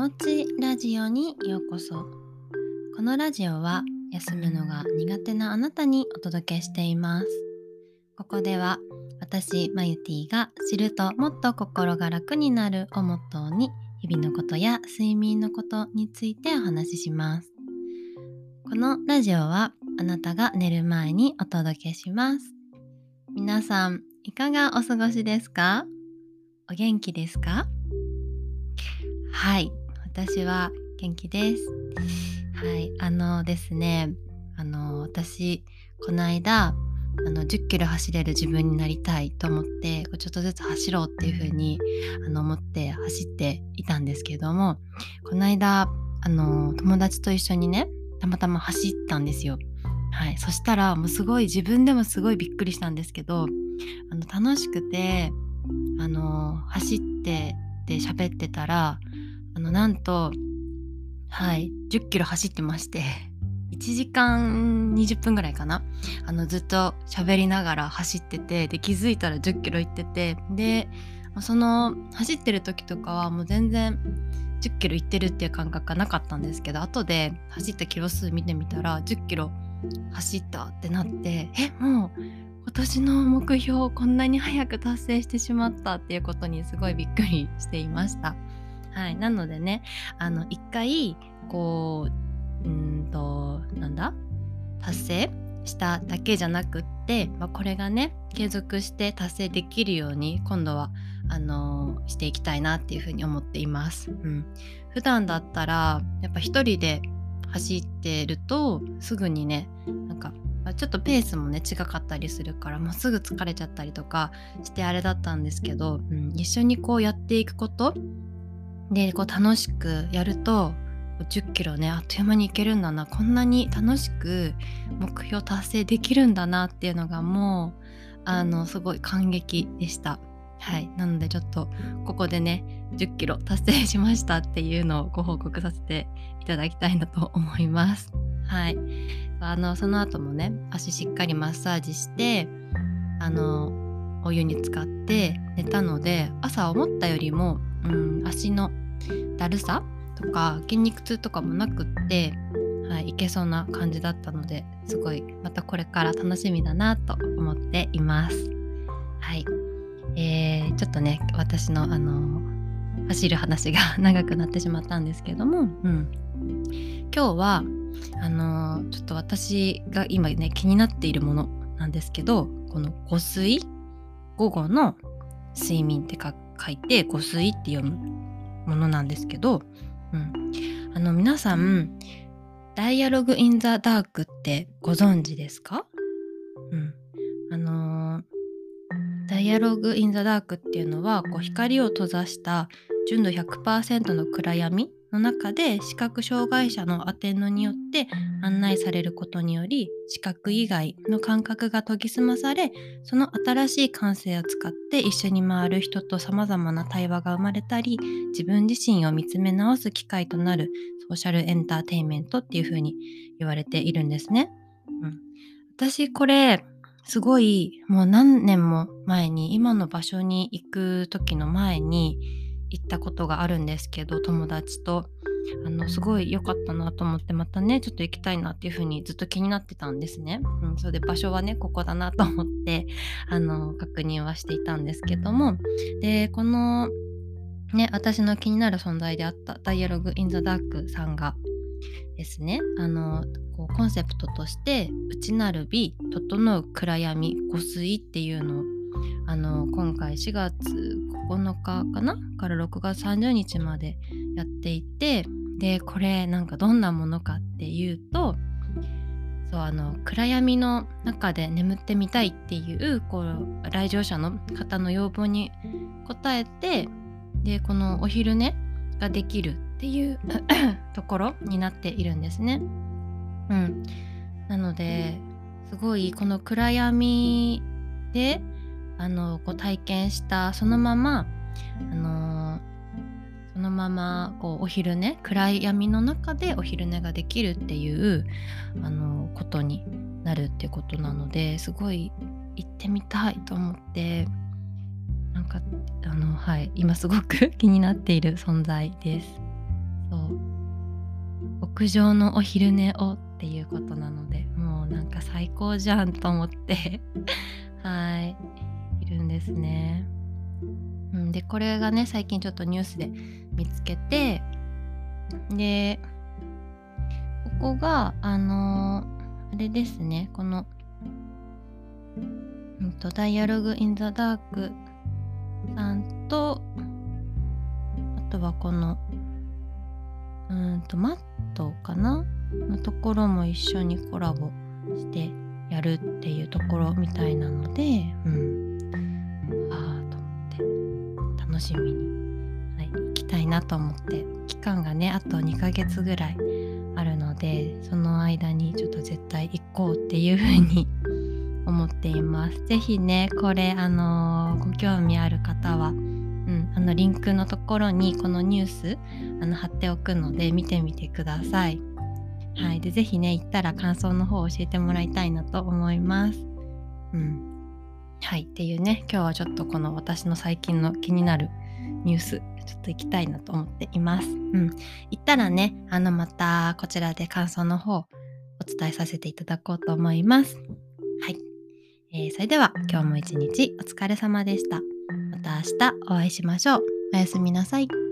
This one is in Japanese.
おうちラジオにようこそ。このラジオは休むのが苦手なあなたにお届けしています。ここでは私マユティが知るともっと心が楽になるをモットーに日々のことや睡眠のことについてお話しします。このラジオはあなたが寝る前にお届けします。皆さんいかがお過ごしですか？お元気ですか？はい、私は元気です。はい、ですね、私この間10キロ走れる自分になりたいと思ってちょっとずつ走ろうっていう風に思って走っていたんですけども、この間友達と一緒にねたまたま走ったんですよ。はい、そしたらもうすごい自分でもすごいびっくりしたんですけど、楽しくて走ってで喋ってたらなんと、はい、10キロ走ってまして、1時間20分ぐらいかな。ずっと喋りながら走ってて、で、気づいたら10キロ行ってて、で、その走ってる時とかはもう全然10キロ行ってるっていう感覚がなかったんですけど、後で走ったキロ数見てみたら10キロ走ったってなって、もう今年の目標をこんなに早く達成してしまったっていうことにすごいびっくりしていました。はい、なのでね、一回こう、なんだ、達成しただけじゃなくって、これがね、継続して達成できるように今度はしていきたいなっていうふうに思っています。普段だったらやっぱ一人で走ってるとすぐにね、なんかちょっとペースもね違かったりするからもうすぐ疲れちゃったりとかしてあれだったんですけど、一緒にこうやっていくことで楽しくやると10キロねあっという間に行けるんだな、こんなに楽しく目標達成できるんだなっていうのがもうすごい感激でした。はい、なのでちょっとここでね10キロ達成しましたっていうのをご報告させていただきたいなと思います。はい、その後もね足しっかりマッサージしてお湯に浸かって寝たので、朝思ったよりも、足のだるさとか筋肉痛とかもなくって、はい、いけそうな感じだったので、すごいまたこれから楽しみだなと思っています。はい、ちょっとね私の走る話が長くなってしまったんですけども、今日はちょっと私が今ね気になっているものなんですけど、この午後の睡眠って書いて午睡って読むものなんですけど、皆さんダイアログインザダークってご存知ですか？あのダイアログインザダークっていうのは光を閉ざした純度100%の暗闇の中で視覚障害者のアテンドによって案内されることにより、視覚以外の感覚が研ぎ澄まされ、その新しい感性を使って一緒に回る人と様々な対話が生まれたり、自分自身を見つめ直す機会となるソーシャルエンターテインメントっていう風に言われているんですね。私これすごいもう何年も前に今の場所に行く時の前に行ったことがあるんですけど、友達とすごい良かったなと思って、またねちょっと行きたいなっていう風にずっと気になってたんですね。それで場所はねここだなと思って確認はしていたんですけども、でこのね私の気になる存在であったダイアログインザダークさんがですね、コンセプトとして内なる美整う暗闇午睡っていうのを今回4月9日かなから6月30日までやっていて、でこれなんかどんなものかっていうと、そう暗闇の中で眠ってみたいっていう来場者の方の要望に応えて、でこのお昼寝ができるっていうところになっているんですね。なのですごいこの暗闇で体験したそのままお昼寝暗闇の中でお昼寝ができるっていうことになるってことなので、すごい行ってみたいと思って、なんかはい、今すごく気になっている存在です。 そう屋上のお昼寝をっていうことなので、もうなんか最高じゃんと思ってはいいるんですね。でこれがね最近ちょっとニュースで見つけて、でここがあれですね、このダイアログインザダークさんと、あとはこのマットかなのところも一緒にコラボしてやるっていうところみたいなので、と思って楽しみに、行きたいなと思って、期間がねあと2ヶ月ぐらいあるので、その間にちょっと絶対行こうっていう風に思っています。ぜひねこれご興味ある方は、リンクのところにこのニュース貼っておくので見てみてください。はい、でぜひね行ったら感想の方を教えてもらいたいなと思います。はいっていうね、今日はちょっとこの私の最近の気になるニュースちょっと行きたいなと思っています。行ったらねまたこちらで感想の方お伝えさせていただこうと思います。はい、それでは今日も一日お疲れ様でした。また明日お会いしましょう。おやすみなさい。